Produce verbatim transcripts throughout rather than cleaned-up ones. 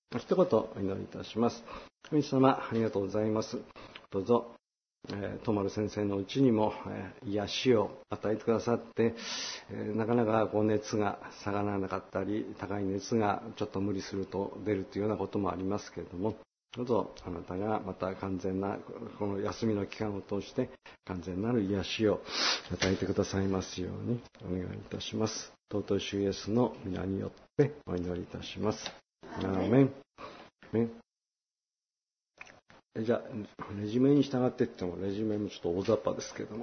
一言お祈りいたします。神様、ありがとうございます。どうぞ、えー、トマル先生のうちにも、えー、癒しを与えてくださって、えー、なかなかこう熱が下がらなかったり、高い熱がちょっと無理すると出るというようなこともありますけれども、どうぞあなたがまた完全なこの休みの期間を通して完全なる癒しを与えてくださいますようにお願いいたします。尊い主イエスの皆によってお祈りいたします。アーメン。メンじゃあレジュメに従っていってもレジュメもちょっと大雑把ですけれども、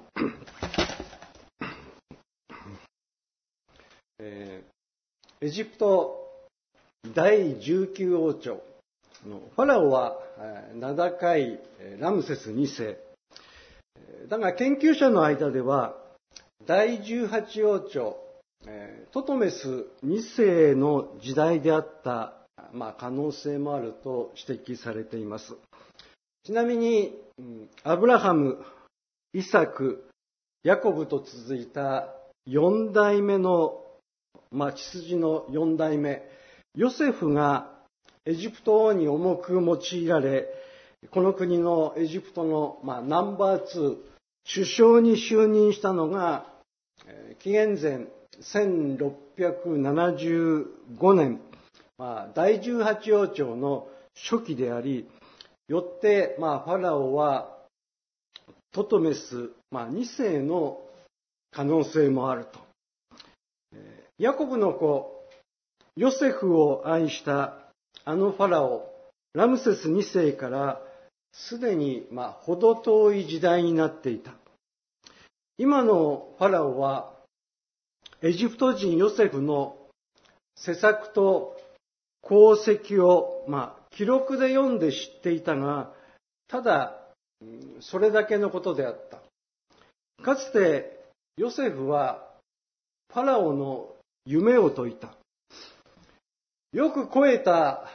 えー、エジプトだいじゅうきゅう王朝のファラオは名高いラムセスにせいだが研究者の間ではだいじゅうはち王朝トトメスにせいの時代であった、まあ、可能性もあると指摘されています。ちなみにアブラハム、イサク、ヤコブと続いたよん代目の、まあ、血筋のよん代目ヨセフがエジプト王に重く用いられ、この国のエジプトの、まあ、ナンバーツー、首相に就任したのが、紀元前せんろっぴゃくななじゅうごねん、まあ、だいじゅうはち王朝の初期であり、よって、まあ、ファラオはトトメス、まあ、にせいの可能性もあると。ヤコブの子、ヨセフを愛したあのファラオ、ラムセスにせいからすでに、まあ、程遠い時代になっていた。今のファラオは、エジプト人ヨセフの施策と功績を、まあ、記録で読んで知っていたが、ただ、それだけのことであった。かつて、ヨセフは、ファラオの夢を説いた。よく肥えた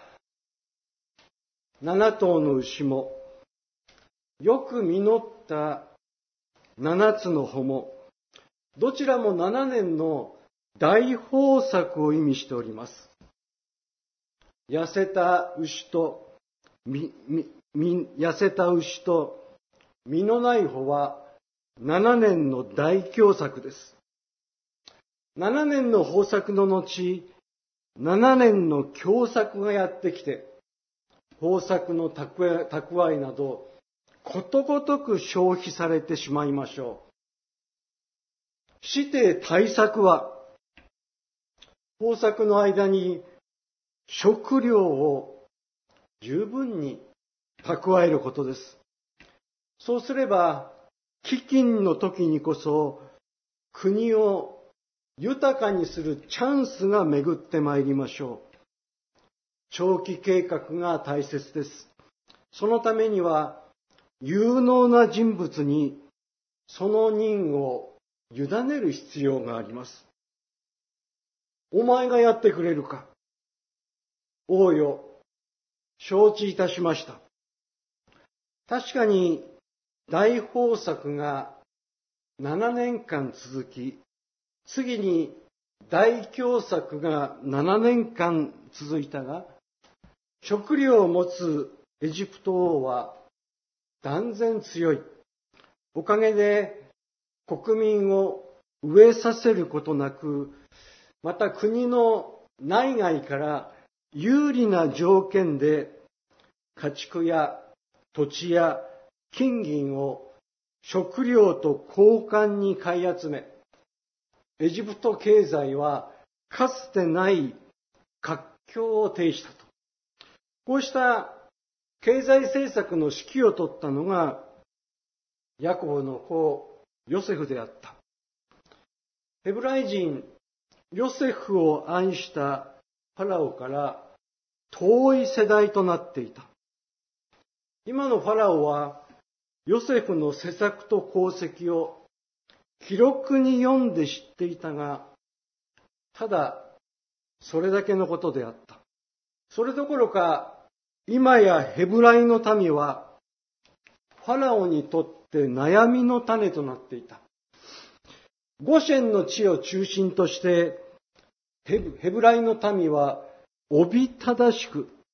七頭の牛も、よく実った七つの穂も、どちらも七年の大豊作を意味しております。痩せた牛と、み、み、み、痩せた牛と、実のない穂は七年の大凶作です。七年の豊作の後、七年の凶作がやってきて、豊作の蓄えなど、ことごとく消費されてしまいましょう。して対策は、豊作の間に食料を十分に蓄えることです。そうすれば、飢饉の時にこそ、国を豊かにするチャンスが巡ってまいりましょう。長期計画が大切です。そのためには、有能な人物にその任を委ねる必要があります。お前がやってくれるか。王よ、承知いたしました。確かに大豊作がななねんかん続き、次に大凶作がななねんかん続いたが、食料を持つエジプト王は断然強い。おかげで国民を飢えさせることなく、また国の内外から有利な条件で家畜や土地や金銀を食料と交換に買い集め、エジプト経済はかつてない活況を呈したと。こうした経済政策の指揮を取ったのがヤコブの子ヨセフであった。ヘブライ人ヨセフを愛したファラオから遠い世代となっていた。今のファラオはヨセフの施策と功績を記録に読んで知っていたが、ただそれだけのことであった。それどころか、今やヘブライの民はファラオにとって悩みの種となっていた。ゴシェンの地を中心としてヘブライの民はおびただしく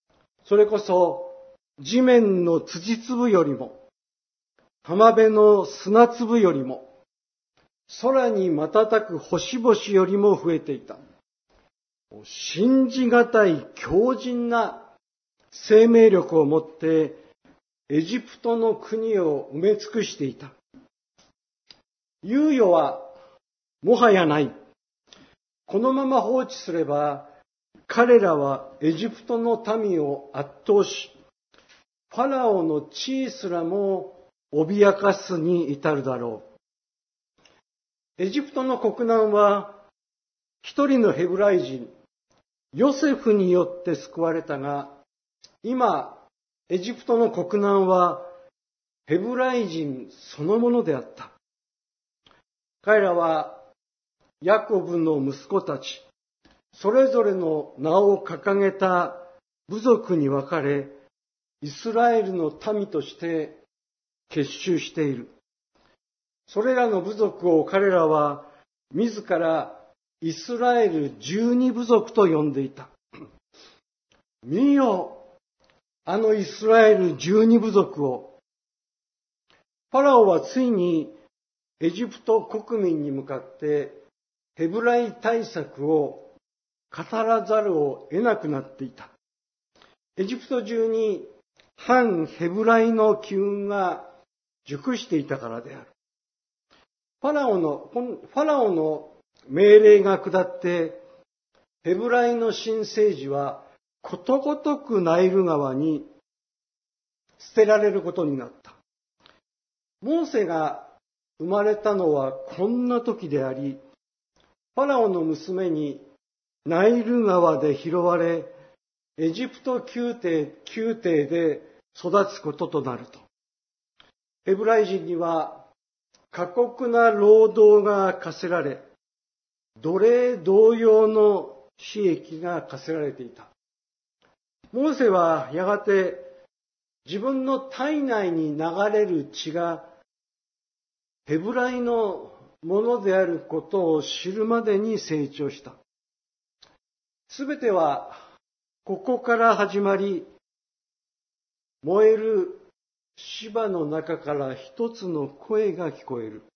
それこそ地面の土粒よりも、浜辺の砂粒よりも、空に瞬く星々よりも増えていた。信じがたい強靭な生命力を持ってエジプトの国を埋め尽くしていた。猶予はもはやない。このまま放置すれば、彼らはエジプトの民を圧倒し、ファラオの地位すらも脅かすに至るだろう。エジプトの国難は、一人のヘブライ人、ヨセフによって救われたが、今、エジプトの国難は、ヘブライ人そのものであった。彼らは、ヤコブの息子たち、それぞれの名を掲げた部族に分かれ、イスラエルの民として結集している。それらの部族を彼らは自らイスラエル十二部族と呼んでいた。見よ、あのイスラエル十二部族を。ファラオはついにエジプト国民に向かってヘブライ対策を語らざるを得なくなっていた。エジプト中に反ヘブライの機運が熟していたからである。ファラオの、ファラオの命令が下って、ヘブライの新生児はことごとくナイル川に捨てられることになった。モーセが生まれたのはこんな時であり、ファラオの娘にナイル川で拾われ、エジプト宮廷、宮廷で育つこととなると。ヘブライ人には過酷な労働が課せられ、奴隷同様の私益が課せられていた。モーセはやがて自分の体内に流れる血がヘブライのものであることを知るまでに成長した。すべてはここから始まり、燃える芝の中から一つの声が聞こえる。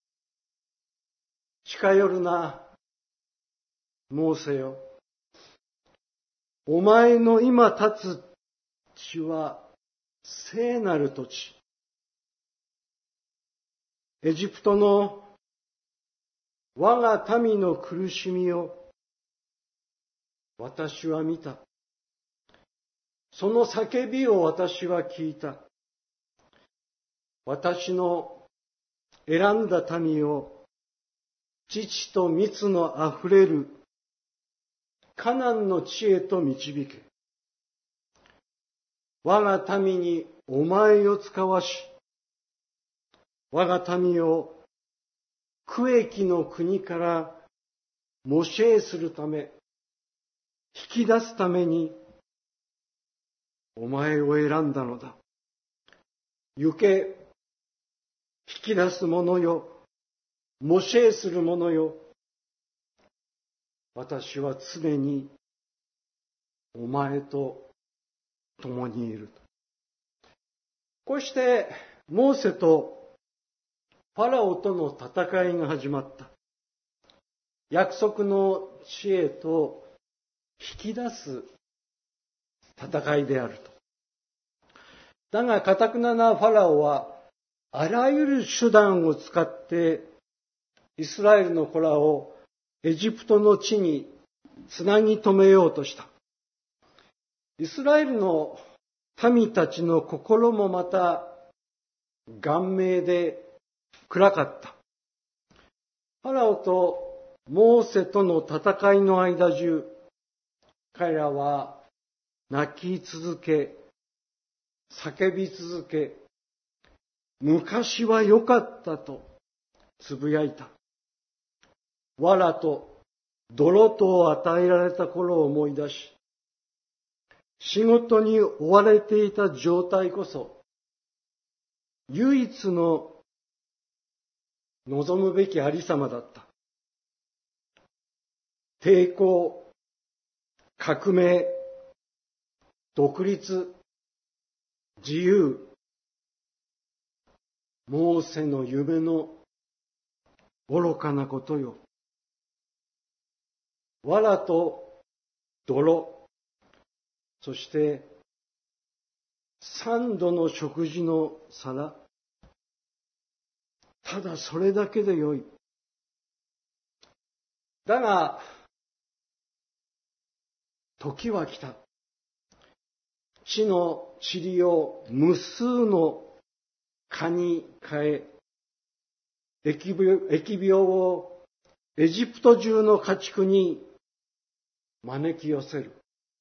近寄るな、モーセよ。お前の今立つ地は聖なる土地。エジプトの我が民の苦しみを私は見た。その叫びを私は聞いた。私の選んだ民を父と蜜のあふれるカナンの地へと導け。我が民にお前を使わし、我が民を苦役の国から模写するため、引き出すためにお前を選んだのだ。行け、引き出す者よ、模写する者よ。私は常にお前と共にいる。こうしてモーセとファラオとの戦いが始まった。約束の地へと引き出す戦いであると。だが、頑ななファラオは、あらゆる手段を使って、イスラエルの子らをエジプトの地につなぎ止めようとした。イスラエルの民たちの心もまた、顔面で暗かった。ファラオとモーセとの戦いの間中、彼らは泣き続け、叫び続け、昔は良かったとつぶやいた。藁と泥とを与えられた頃を思い出し、仕事に追われていた状態こそ、唯一の望むべきありさまだった。抵抗、革命、 独立、自由、モーセの夢の愚かなことよ。藁と泥、そして三度の食事の皿、ただそれだけでよい。だが、時は来た。地の塵を無数の蚊に変え、疫病、疫病をエジプト中の家畜に招き寄せる。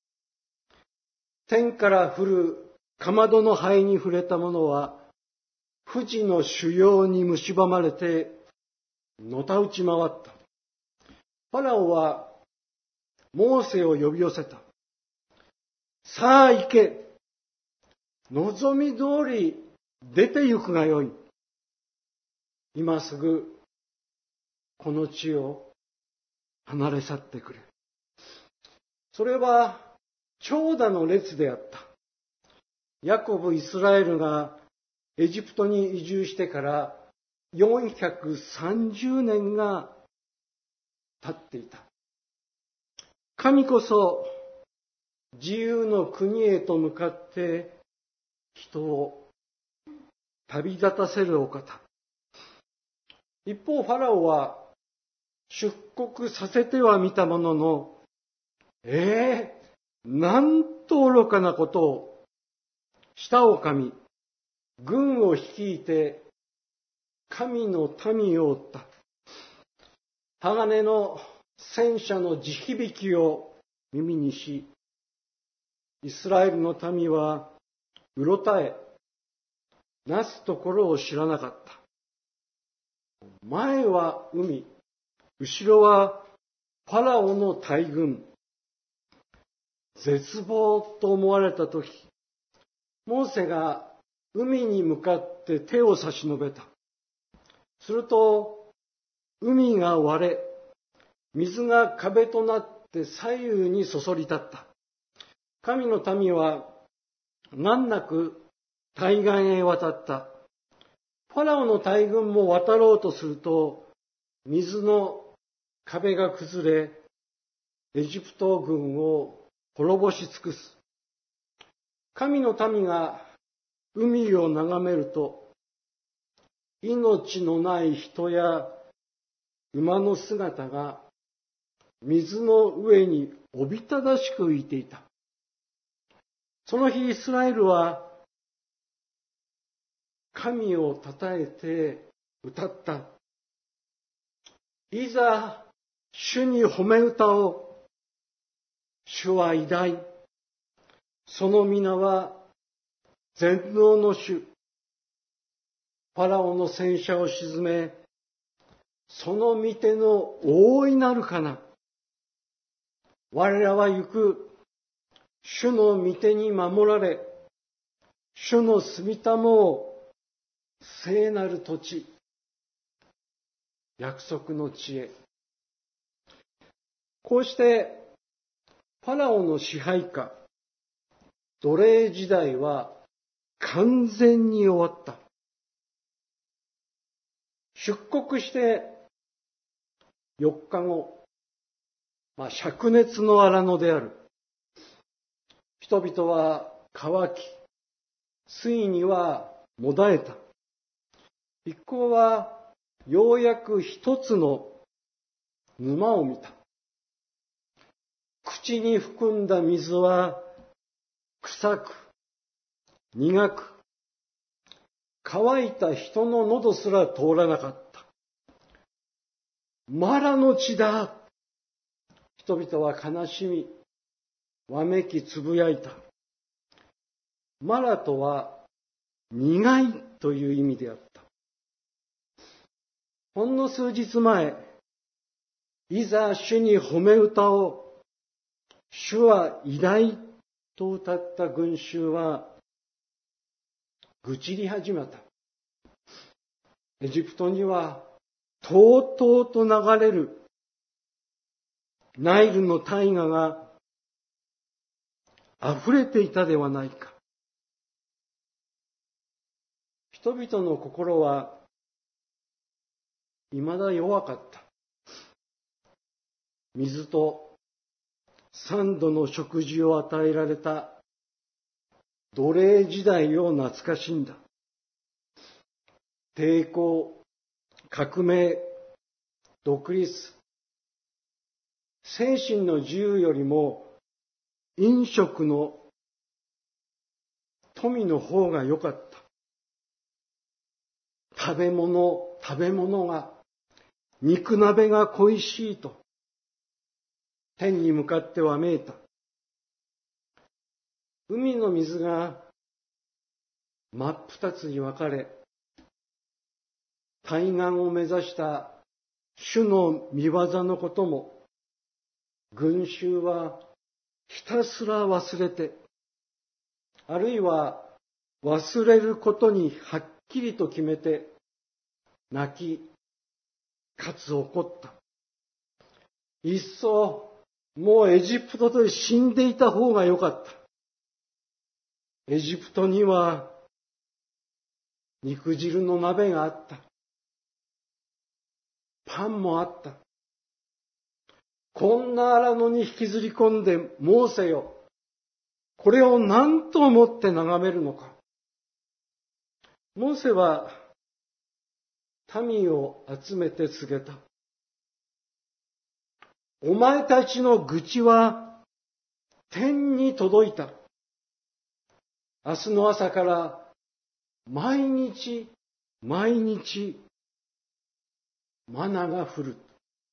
天から降るかまどの灰に触れた者は、富士の腫瘍に蝕まれて、のたうち回った。ファラオは、モーセを呼び寄せた。さあ行け。望み通り出て行くがよい。今すぐ、この地を離れ去ってくれ。それは、長蛇の列であった。ヤコブ・イスラエルがエジプトに移住してからよんひゃくさんじゅうねんが経っていた。神こそ自由の国へと向かって人を旅立たせるお方。一方ファラオは出国させてはみたものの、ええー、なんと愚かなことをしたおかみ、軍を率いて神の民を追った。鋼の戦車の地響きを耳にし、イスラエルの民はうろたえ、なすところを知らなかった。前は海、後ろはファラオの大軍。絶望と思われたとき、モーセが海に向かって手を差し伸べた。すると、海が割れ、水が壁となって左右にそそり立った。神の民は難なく対岸へ渡った。ファラオの大軍も渡ろうとすると、水の壁が崩れ、エジプト軍を滅ぼし尽くす。神の民が海を眺めると、命のない人や馬の姿が水の上におびただしく浮いていた。その日イスラエルは神をたたえて歌った。いざ主に褒め歌を。主は偉大。その皆は全能の主。ファラオの戦車を沈め、その御手の大いなるかな。我らは行く。主の御手に守られ、主の住みたも聖なる土地、約束の地へ。こうして、ファラオの支配下、奴隷時代は完全に終わった。出国してよっかご、まあ、灼熱の荒野である。人々は乾き、水にはもだえた。一行はようやく一つの沼を見た。口に含んだ水は臭く、苦く、乾いた人の喉すら通らなかった。マラの地だ。人々は悲しみ、わめきつぶやいた。マラとは苦いという意味であった。ほんの数日前、いざ主に褒め歌を、主は偉大と歌った群衆は、愚痴り始めた。エジプトには、とうとうと流れるナイルの大河が溢れていたではないか。人々の心は未だ弱かった。水と三度の食事を与えられた奴隷時代を懐かしんだ。抵抗、革命、独立、精神の自由よりも飲食の富の方が良かった。食べ物、食べ物が、肉鍋が恋しいと、天に向かってわめいた。海の水が真っ二つに分かれ、対岸を目指した主の御業のことも、群衆はひたすら忘れて、あるいは忘れることにはっきりと決めて、泣き、かつ怒った。いっそ、もうエジプトで死んでいた方がよかった。エジプトには肉汁の鍋があった。パンもあった。こんな荒野に引きずり込んでモーセよ。これを何と思って眺めるのか。モーセは民を集めて告げた。お前たちの愚痴は天に届いた。明日の朝から毎日毎日マナが降る。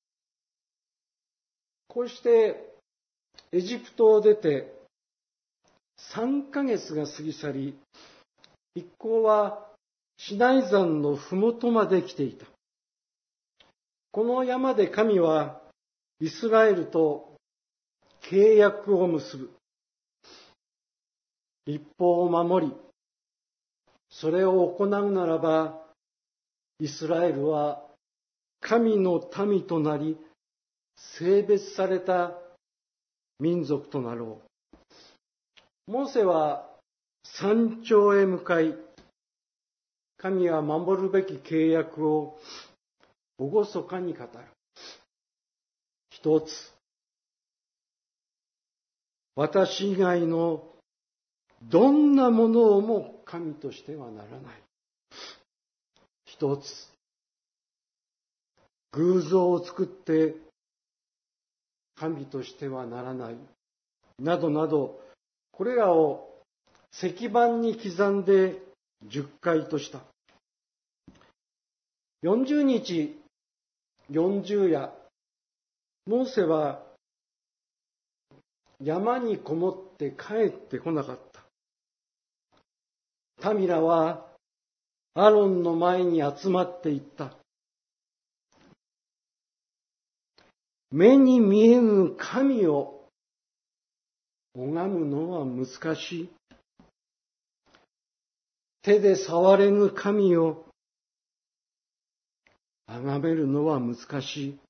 こうしてエジプトを出てさんかげつが過ぎ去り、一行はシナイ山のふもとまで来ていた。この山で神はイスラエルと契約を結ぶ。律法を守り、それを行うならば、イスラエルは神の民となり、聖別された民族となろう。モーセは山頂へ向かい、神は守るべき契約を厳かに語る。一つ、私以外のどんなものをも神としてはならない。一つ、偶像を作って神としてはならない。などなど、これらを石板に刻んで十回とした。四十日、四十夜、モーセは山にこもって帰ってこなかった。民らはアロンの前に集まっていった。目に見えぬ神を拝むのは難しい。手で触れぬ神を崇めるのは難しい。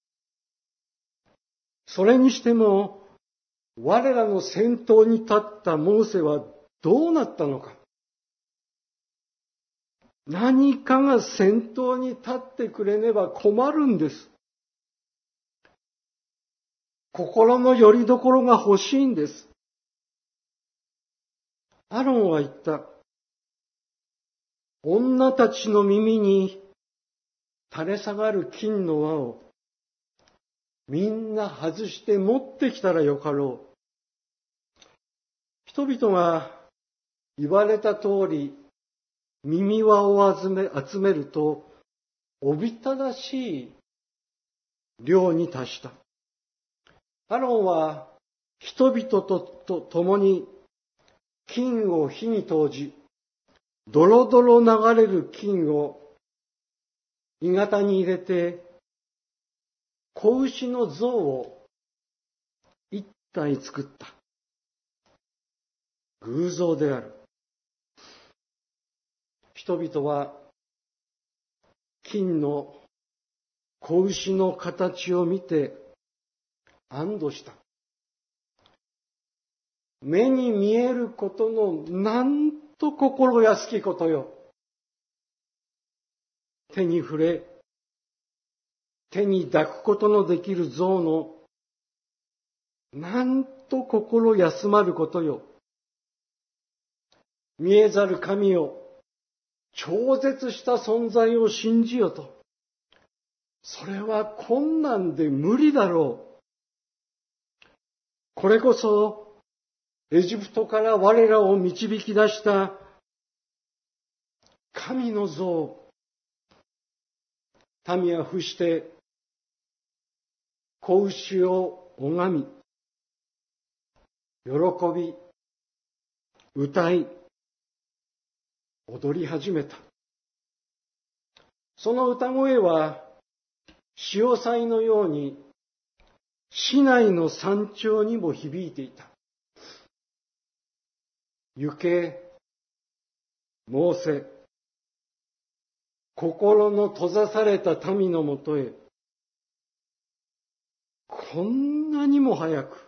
それにしても、我らの先頭に立ったモーセはどうなったのか。何かが先頭に立ってくれねば困るんです。心の拠り所が欲しいんです。アロンは言った。女たちの耳に垂れ下がる金の輪をみんな外して持ってきたらよかろう。人々が言われた通り耳輪を集め、集めるとおびただしい量に達した。アロンは人々とと共に金を火に投じ、ドロドロ流れる金を鋳型に入れて、子牛の像を一体作った。偶像である。人々は金の子牛の形を見て安堵した。 目に見えることのなんと心安きことよ。手に触れ、手に抱くことのできる像のなんと心休まることよ。見えざる神よ、超絶した存在を信じよと。それは困難で無理だろう。これこそエジプトから我らを導き出した神の像。民は伏して子牛を拝み、喜び、歌い、踊り始めた。その歌声は潮騒のように市内の山頂にも響いていた。行け、モーセ、心の閉ざされた民のもとへ、こんなにも早く、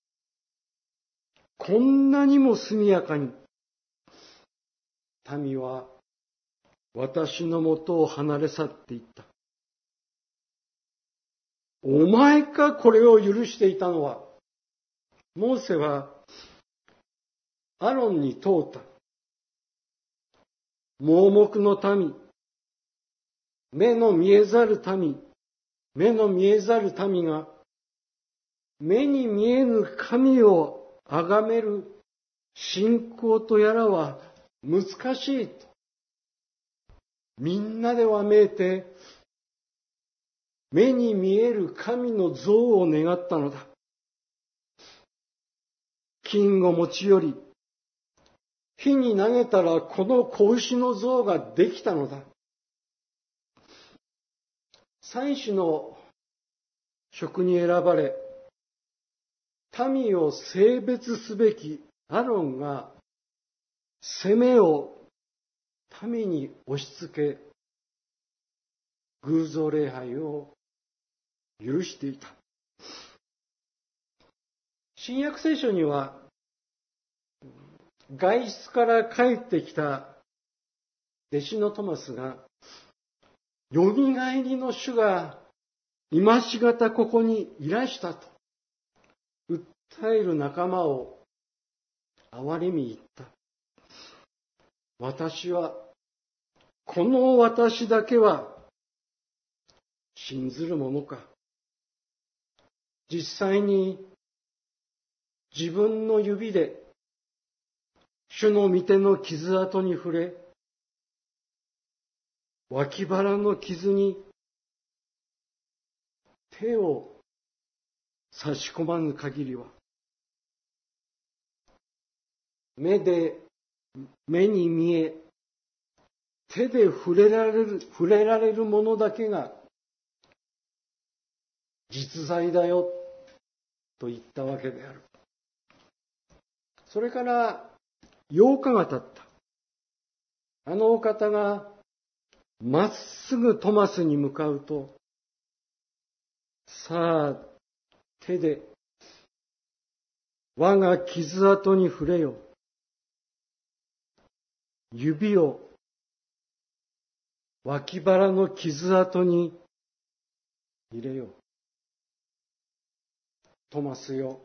こんなにも速やかに、民は私のもとを離れ去っていった。お前かこれを許していたのは。モーセはアロンに問うた。盲目の民、目の見えざる民、目の見えざる民が目に見えぬ神を崇める信仰とやらは難しいと。みんなでわめいて目に見える神の像を願ったのだ。金を持ち寄り、火に投げたらこの子牛の像ができたのだ。祭司の職に選ばれ、民を性別すべきアロンが責めを民に押し付け、偶像礼拝を許していた。新約聖書には、外出から帰ってきた弟子のトマスが、よみがえりの主が今しがたここにいらしたと訴える仲間を憐れみ言った。私は、この私だけは信ずるものか。実際に自分の指で主の御手の傷跡に触れ、脇腹の傷に手を差し込まぬ限りは、目で、目に見え、手で触れられる、触れられるものだけが実在だよと言ったわけである。それからようかが経った。あのお方がまっすぐトマスに向かうと、さあ手で我が傷跡に触れよ。指を脇腹の傷跡に入れよ。トマスよ、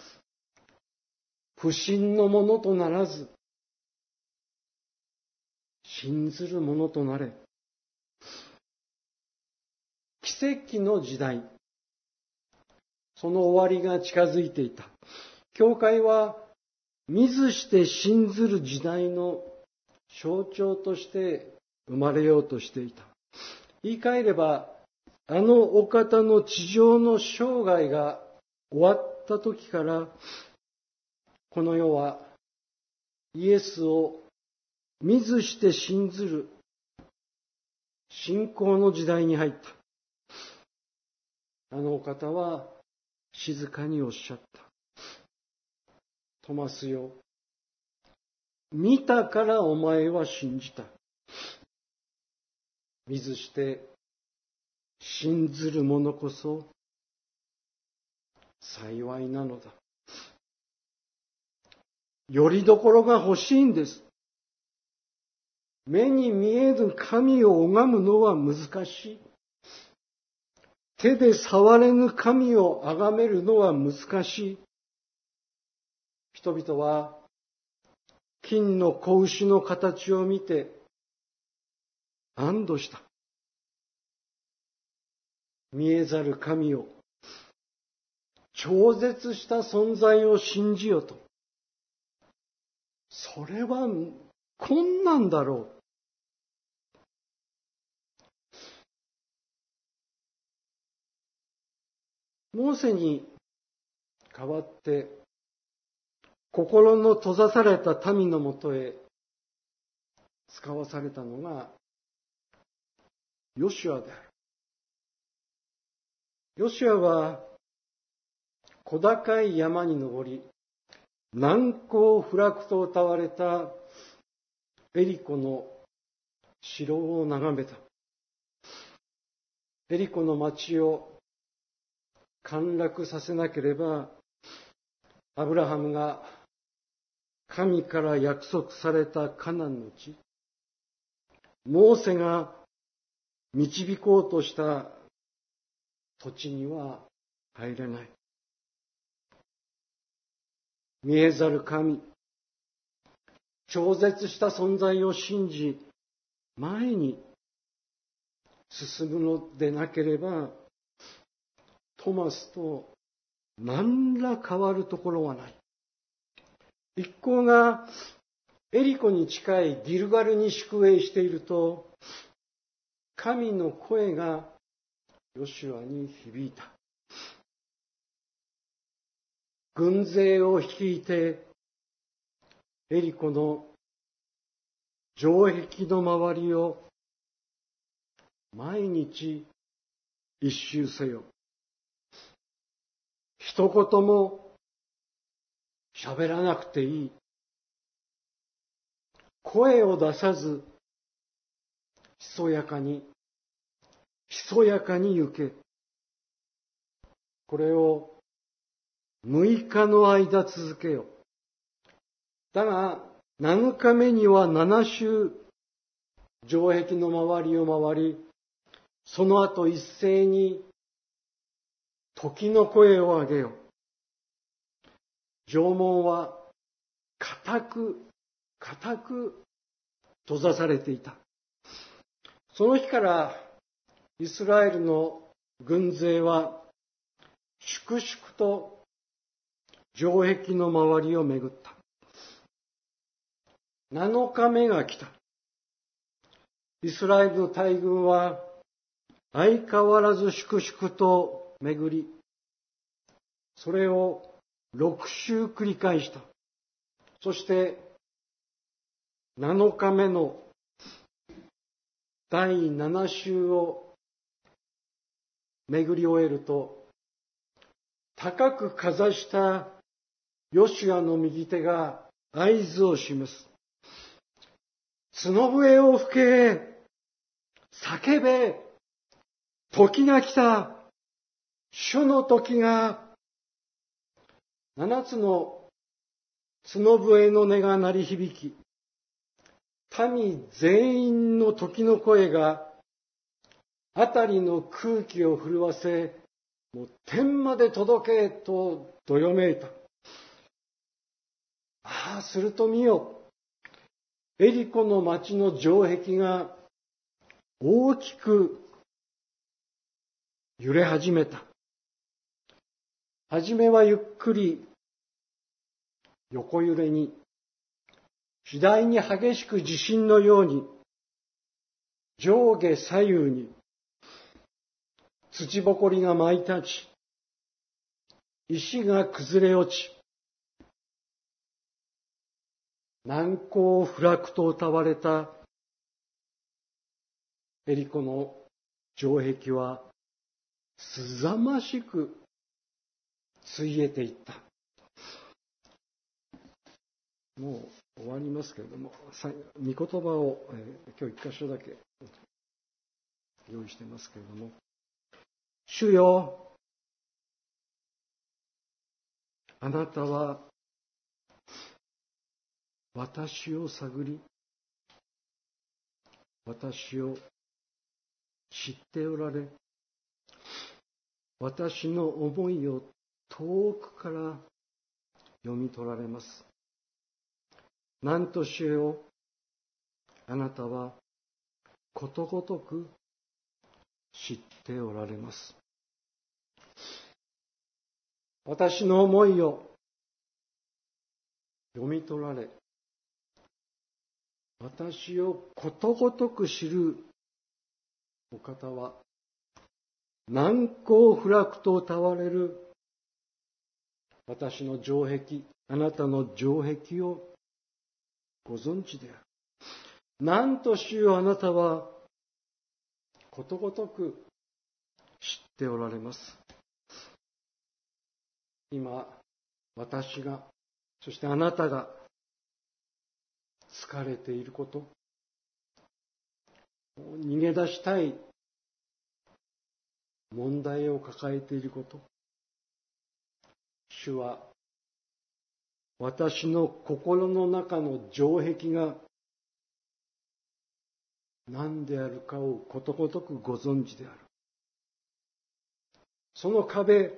不信のものとならず、信ずるものとなれ。奇跡の時代、その終わりが近づいていた。教会は見ずして信ずる時代の象徴として生まれようとしていた。言い換えれば、あのお方の地上の生涯が終わった時から、この世はイエスを見ずして信ずる信仰の時代に入った。あのお方は静かにおっしゃった。トマスよ、見たからお前は信じた。見ずして信ずる者こそ幸いなのだ。 よりどころが欲しいんです。目に見えぬ神を拝むのは難しい。手で触れぬ神を崇めるのは難しい。人々は金の子牛の形を見て安堵した。見えざる神を、超絶した存在を信じよと。それは困難だろう。モーセに代わって心の閉ざされた民のもとへ使わされたのがヨシュアである。ヨシュアは小高い山に登り、難攻不落と謳われたエリコの城を眺めた。エリコの町を陥落させなければ、アブラハムが神から約束されたカナンの地、モーセが導こうとした土地には入れない。見えざる神、超絶した存在を信じ、前に進むのでなければ、トマスと何ら変わるところはない。一行がエリコに近いギルガルに宿営していると、神の声がヨシュアに響いた。軍勢を率いてエリコの城壁の周りを毎日一周せよ。一言も喋らなくていい。声を出さず、ひそやかに、ひそやかに行け。これを六日の間続けよ。だが、七日目には七周、城壁の周りを回り、その後一斉に時の声を上げよ。城門は固く、固く閉ざされていた。その日からイスラエルの軍勢は粛々と城壁の周りを巡った。七日目が来た。イスラエルの大軍は相変わらず粛々と巡り、それを六周繰り返した。そして七日目の第七周を巡り終えると、高くかざしたヨシュアの右手が合図を示す。角笛を吹け、叫べ、時が来た、主の時が。七つの角笛の音が鳴り響き、民全員の時の声が辺りの空気を震わせ、もう天まで届けとどよめいた。ああ、すると見よ。エリコの町の城壁が大きく揺れ始めた。はじめはゆっくり横揺れに、次第に激しく地震のように、上下左右に土ぼこりが舞い立ち、石が崩れ落ち、難攻不落と謳われたエリコの城壁はすざましくついえていった。もう終わりますけれども、御言葉を、えー、今日一箇所だけ用意してますけれども、主よ、あなたは私を探り、私を知っておられ、私の思いを遠くから読み取られます。なんと主よ、あなたはことごとく知っておられます。私の思いを読み取られ、私をことごとく知るお方は、難攻不落と謳われる私の城壁、あなたの城壁をご存知である。なんと主よ、あなたはことごとく知っておられます。今、私が、そしてあなたが疲れていること、逃げ出したい問題を抱えていること、主は私の心の中の城壁が何であるかをことごとくご存知である。その壁、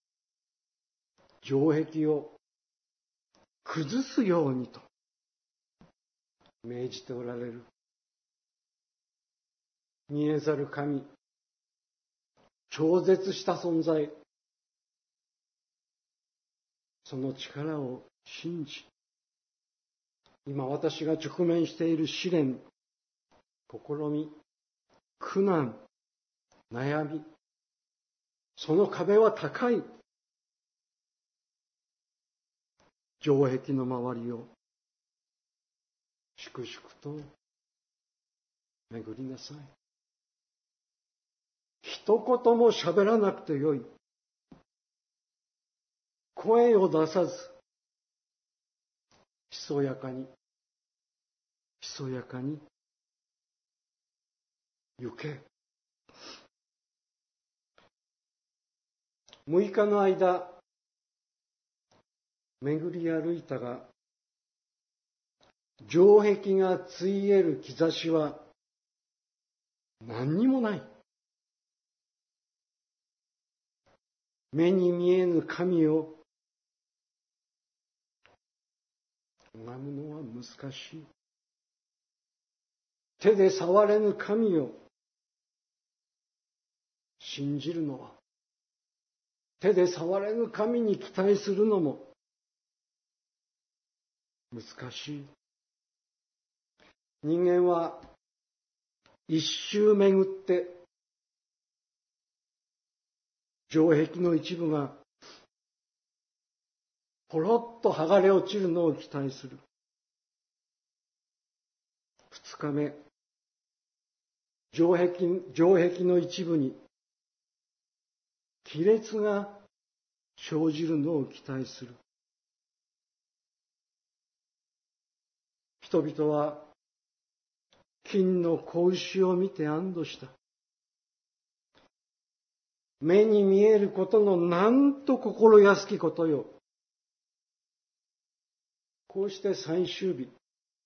城壁を崩すようにと命じておられる。見えざる神、超絶した存在、その力を信じ、今私が直面している試練、試み、苦難、悩み、その壁は高い。城壁の周りを粛々と巡りなさい。一言も喋らなくてよい。声を出さず、ひそやかに、ひそやかに行け。六日の間、巡り歩いたが、城壁がついえる兆しは何にもない。目に見えぬ神を拝むのは難しい。手で触れぬ神を信じるのは、手で触れぬ神に期待するのも難しい。人間は一周巡って城壁の一部がポロッと剥がれ落ちるのを期待する。二日目、城壁、城壁の一部に亀裂が生じるのを期待する。人々は金の子牛を見て安堵した。目に見えることのなんと心安きことよ。こうして最終日、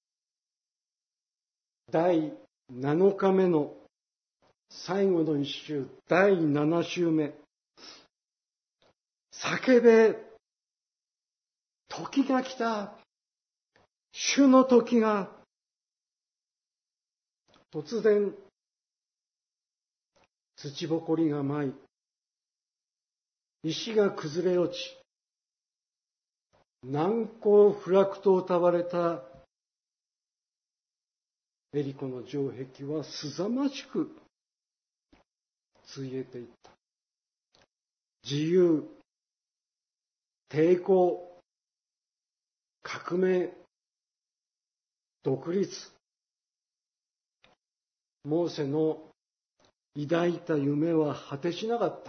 だいなのかめの最後の一週、だいなな週目。叫べ、時が来た。主の時が。突然、土ぼこりが舞い、石が崩れ落ち、難攻不落と謳われたエリコの城壁はすざましくついえていった。自由、抵抗、革命、独立、モーセの抱いた夢は果てしなかった。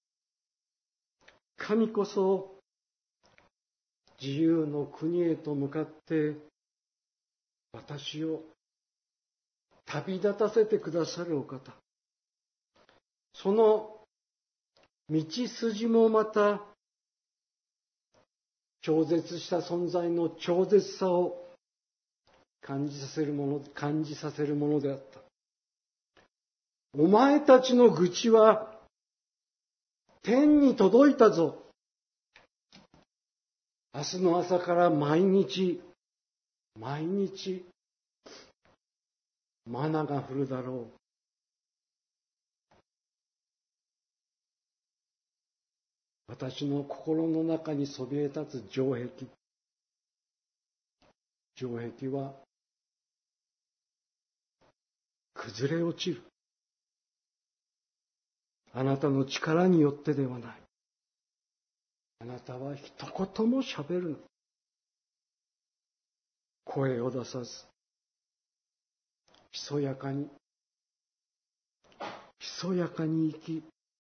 神こそ自由の国へと向かって私を旅立たせてくださるお方。その道筋もまた超絶した存在の超絶さを感じさせるもの、感じさせるものであった。お前たちの愚痴は天に届いたぞ。明日の朝から毎日、毎日、マナが降るだろう。私の心の中にそびえ立つ城壁。城壁は崩れ落ちる。あなたの力によってではない。あなたは一言も喋るな。声を出さず、ひそやかに、ひそやかに生き、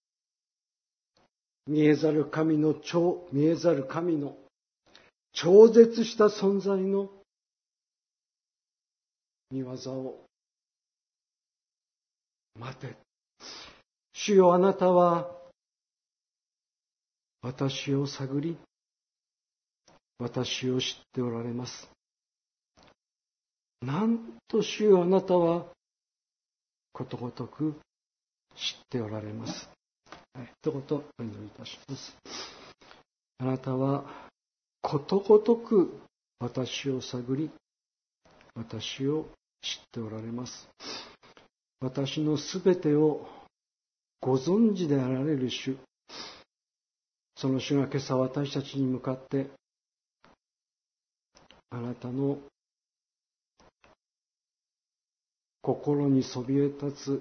見えざる神の超、見えざる神の超絶した存在の御業を待て。主よ、あなたは私を探り、私を知っておられます。なんと主よ、あなたはことごとく知っておられます。一言お祈りいたします。あなたはことごとく私を探り、私を知っておられます。私のすべてをご存知であられる主、その主が今朝私たちに向かって、あなたの心にそびえ立つ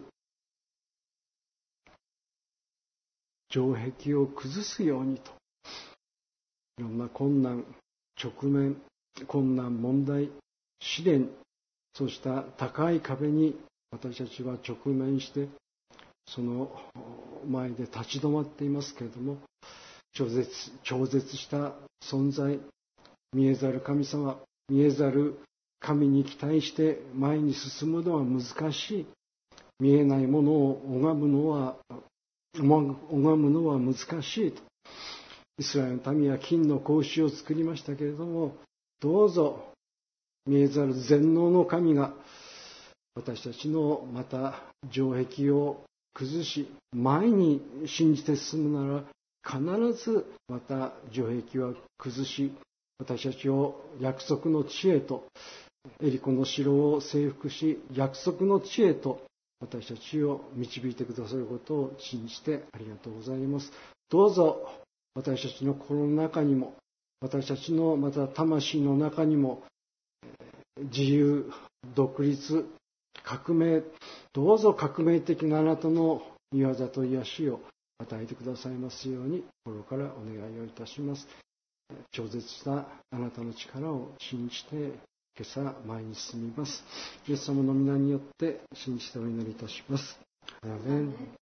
城壁を崩すようにと、いろんな困難、直面、困難、問題、試練、そうした高い壁に私たちは直面して、その前で立ち止まっていますけれども、超絶、超絶した存在、見えざる神様、見えざる神に期待して前に進むのは難しい。見えないものを拝むのは、拝むのは難しいと。イスラエルの民は金の格子を作りましたけれども、どうぞ見えざる全能の神が私たちのまた城壁を崩し、前に信じて進むなら必ずまた城壁は崩し、私たちを約束の地へと、エリコの城を征服し、約束の地へと私たちを導いてくださることを信じてありがとうございます。どうぞ私たちの心の中にも、私たちのまた魂の中にも、自由、独立、革命、どうぞ革命的なあなたの御業と癒しを与えてくださいますように心からお願いをいたします。超絶したあなたの力を信じて今朝前に進みます。イエス様の皆によって信じてお祈りいたします。アーメン。